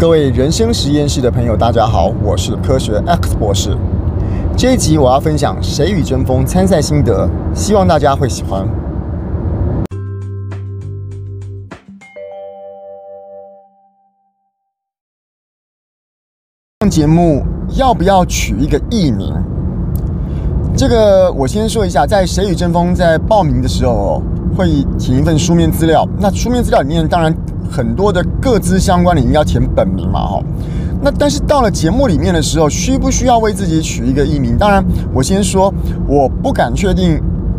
各位人生实验室的朋友，大家好，我是科学 X 博士。这一集我要分享《谁与争锋》参赛心得，希望大家会喜欢。节目要不要取一个艺名？这个我先说一下，在《谁与争锋》在报名的时候会填一份书面资料。那书面资料里面，当然很多的各资相关，你应该要填本名嘛，那但是到了节目里面的时候，需不需要为自己取一个艺名？当然，我先说，我不敢确定，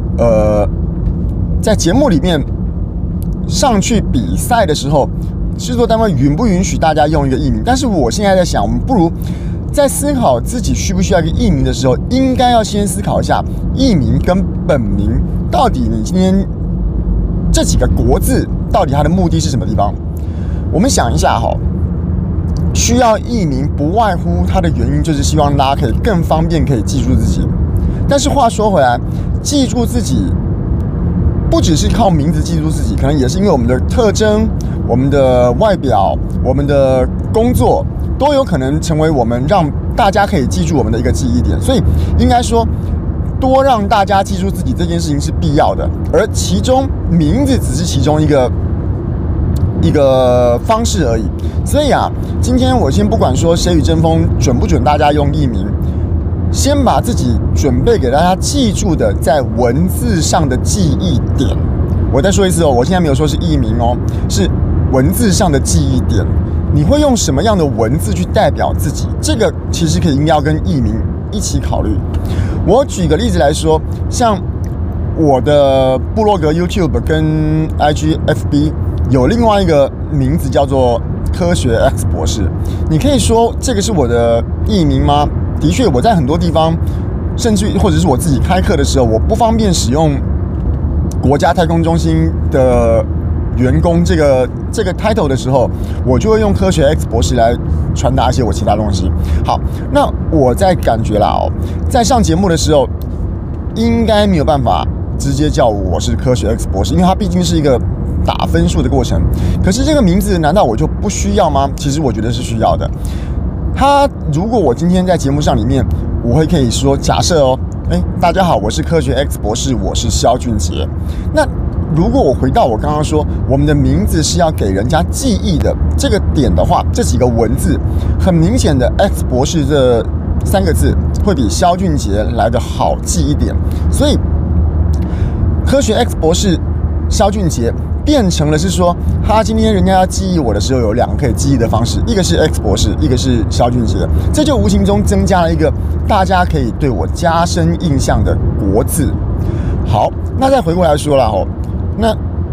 在节目里面上去比赛的时候，制作单位允不允许大家用一个艺名？但是我现在在想，我们不如在思考自己需不需要一个艺名的时候，应该要先思考一下艺名跟本名到底你今天这几个国字到底它的目的是什么地方？我们想一下需要艺名不外乎它的原因就是希望大家可以更方便可以记住自己。但是话说回来，记住自己不只是靠名字记住自己，可能也是因为我们的特征、我们的外表、我们的工作都有可能成为我们让大家可以记住我们的一个记忆点。所以应该说，多让大家记住自己这件事情是必要的，而其中名字只是其中一个方式而已。所以今天我先不管说谁与争锋准不准大家用艺名，先把自己准备给大家记住的在文字上的记忆点。我再说一次我现在没有说是艺名是文字上的记忆点。你会用什么样的文字去代表自己？这个其实应该要跟艺名一起考虑。我举个例子来说，像我的部落格 YouTube 跟 IG、FB 有另外一个名字叫做科学 X 博士。你可以说这个是我的艺名吗？的确，我在很多地方，甚至或者是我自己开课的时候，我不方便使用国家太空中心的员工这个 title 的时候，我就会用科学 X 博士来传达一些我其他东西。好，那我在感觉在上节目的时候，应该没有办法直接叫我是科学 X 博士，因为它毕竟是一个打分数的过程。可是这个名字难道我就不需要吗？其实我觉得是需要的。如果我今天在节目上里面，我会可以说，假设大家好，我是科学 X 博士，我是萧俊杰。那如果我回到我刚刚说，我们的名字是要给人家记忆的这个点的话，这几个文字很明显的 X 博士这3个字会比萧俊杰来得好记一点。所以科学 X 博士萧俊杰变成了是说，他今天人家要记忆我的时候，有2个可以记忆的方式，一个是 X 博士，一个是萧俊杰。这就无形中增加了一个大家可以对我加深印象的国字。好，那再回过来说了那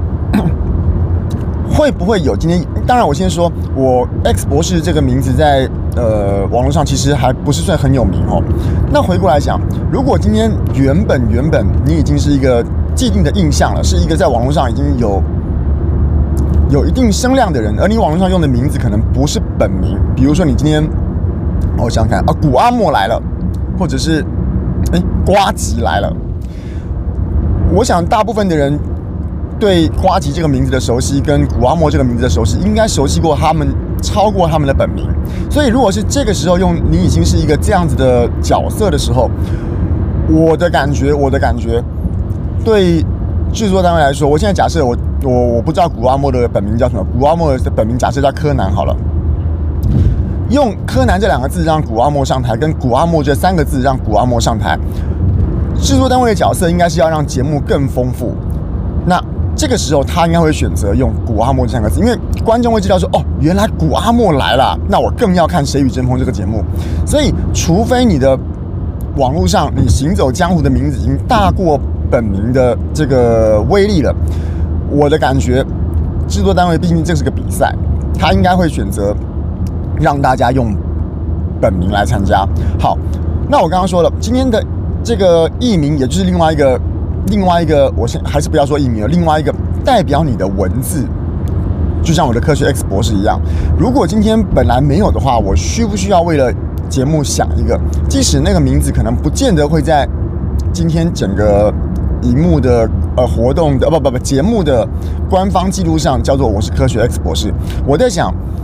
会不会有今天？当然，我先说，我 X 博士这个名字在网络上其实还不是算很有名那回过来讲，如果今天原本你已经是一个既定的印象了，是一个在网络上已经有一定声量的人，而你网络上用的名字可能不是本名，比如说你今天我想想看古阿莫来了，或者是呱吉来了。我想大部分的人对呱吉这个名字的熟悉，跟古阿莫这个名字的熟悉，应该熟悉过他们，超过他们的本名。所以如果是这个时候用你已经是一个这样子的角色的时候，我的感觉，对制作单位来说，我现在假设我不知道古阿莫的本名叫什么，古阿莫的本名假设叫柯南好了。用柯南这2个字让古阿莫上台，跟古阿莫这3个字让古阿莫上台，制作单位的角色应该是要让节目更丰富。那这个时候他应该会选择用古阿莫这3个字，因为观众会知道说，原来古阿莫来了，那我更要看《谁与争锋》这个节目。所以，除非你的网络上你行走江湖的名字已经大过本名的这个威力了，我的感觉，制作单位毕竟这是个比赛，他应该会选择让大家用本名来参加。好，那我刚刚说了，今天的这个艺名，也就是另外一个，我还是不要说艺名了，另外一个代表你的文字，就像我的科学 X 博士一样。如果今天本来没有的话，我需不需要为了节目想一个？即使那个名字可能不见得会在今天整个荧幕的活动的节目的官方记录上叫做我是科学 X 博士。我在想，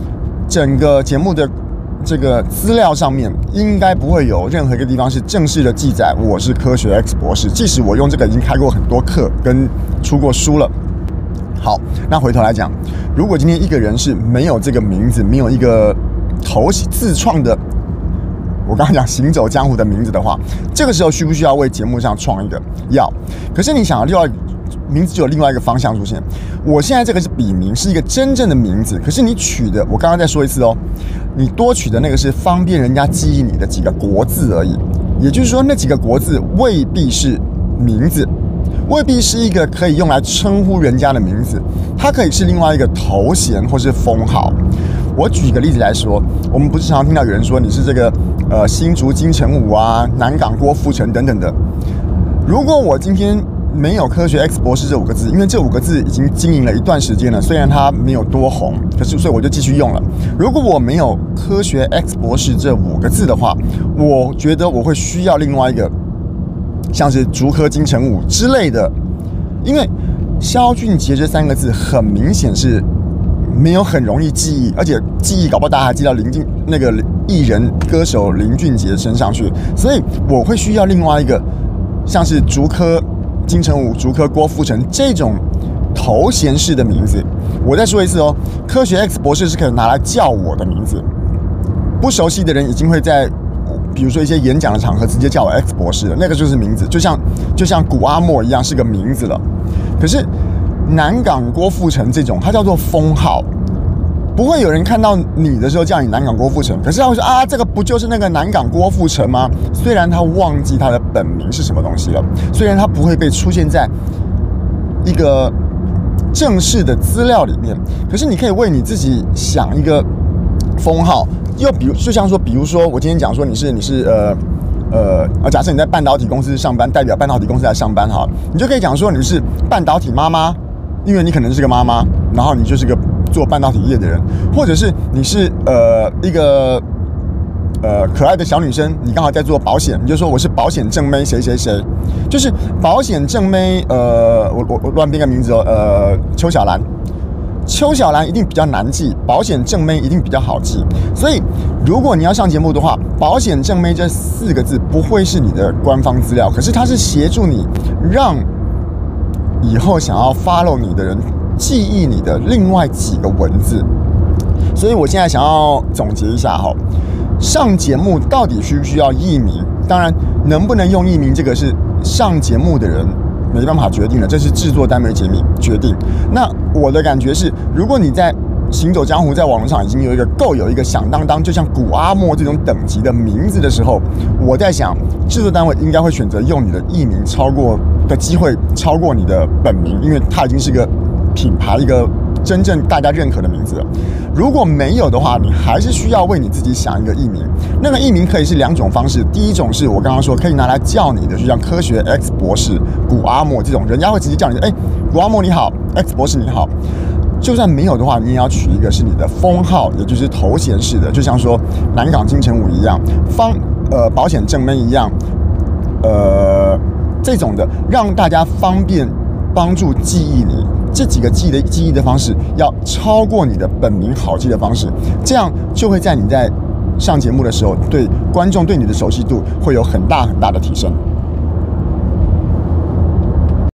整个节目的这个资料上面，应该不会有任何一个地方是正式的记载我是科学 X 博士，即使我用这个已经开过很多课跟出过书了。好，那回头来讲，如果今天一个人是没有这个名字，没有一个自创的，我刚刚讲行走江湖的名字的话，这个时候需不需要为节目上创一个？要。可是你想，名字就有另外一个方向出现。我现在这个是笔名，是一个真正的名字，可是你取的，我刚刚再说一次哦，你多取的那个是方便人家记忆你的几个国字而已。也就是说，那几个国字未必是名字，未必是一个可以用来称呼人家的名字，它可以是另外一个头衔或是封号。我举一个例子来说，我们不是常常听到有人说你是这个新竹金城武啊、南港郭富城等等的。如果我今天没有科学 X 博士这5个字，因为这5个字已经经营了一段时间了，虽然它没有多红，可是所以我就继续用了。如果我没有科学 X 博士这5个字的话，我觉得我会需要另外一个，像是竹科金城武之类的，因为萧俊杰这3个字很明显是没有很容易记忆，而且记忆搞不好大家还记到那个艺人歌手林俊杰身上去，所以我会需要另外一个像是竹科金城武、竹科郭富城这种头衔式的名字。我再说一次哦，科学 X 博士是可以拿来叫我的名字，不熟悉的人已经会在比如说一些演讲的场合直接叫我 X 博士了，那个就是名字，就像古阿莫一样是个名字了。可是南港郭富城这种，它叫做封号，不会有人看到你的时候叫你南港郭富城，可是他会说啊，这个不就是那个南港郭富城吗？虽然他忘记他的本名是什么东西了，虽然他不会被出现在一个正式的资料里面，可是你可以为你自己想一个封号。就像说，比如说我今天讲说你是假设你在半导体公司上班，代表半导体公司来上班哈，你就可以讲说你是半导体妈妈，因为你可能是个妈妈，然后你就是个做半导体业的人，或者是你是一个可爱的小女生，你刚好在做保险，你就说我是保险正妹谁谁谁，就是保险正妹我乱编个名字哦，邱小兰。邱小兰一定比较难记，保险正妹一定比较好记。所以，如果你要上节目的话，保险正妹这4个字不会是你的官方资料，可是它是协助你让以后想要 follow 你的人记忆你的另外几个文字。所以我现在想要总结一下哈，上节目到底需不需要艺名？当然，能不能用艺名，这个是上节目的人没办法决定的，这是制作单位决定。那我的感觉是，如果你在行走江湖，在网络上已经有一个响当当，就像古阿莫这种等级的名字的时候，我在想，制作单位应该会选择用你的艺名的机会超过你的本名，因为它已经是个品牌，一个真正大家认可的名字了。如果没有的话，你还是需要为你自己想一个艺名。那个艺名可以是2种方式，第一种是我刚刚说可以拿来叫你的，就像科学 X 博士、古阿莫这种，人家会直接叫你的，古阿莫你好 ，X 博士你好。就算没有的话，你也要取一个是你的封号，也就是头衔式的，就像说南港金城武一样，保险正妹一样，这种的，让大家方便帮助记忆你。这几个记忆的方式要超过你的本名好记的方式，这样就会在你在上节目的时候，对观众对你的熟悉度会有很大很大的提升。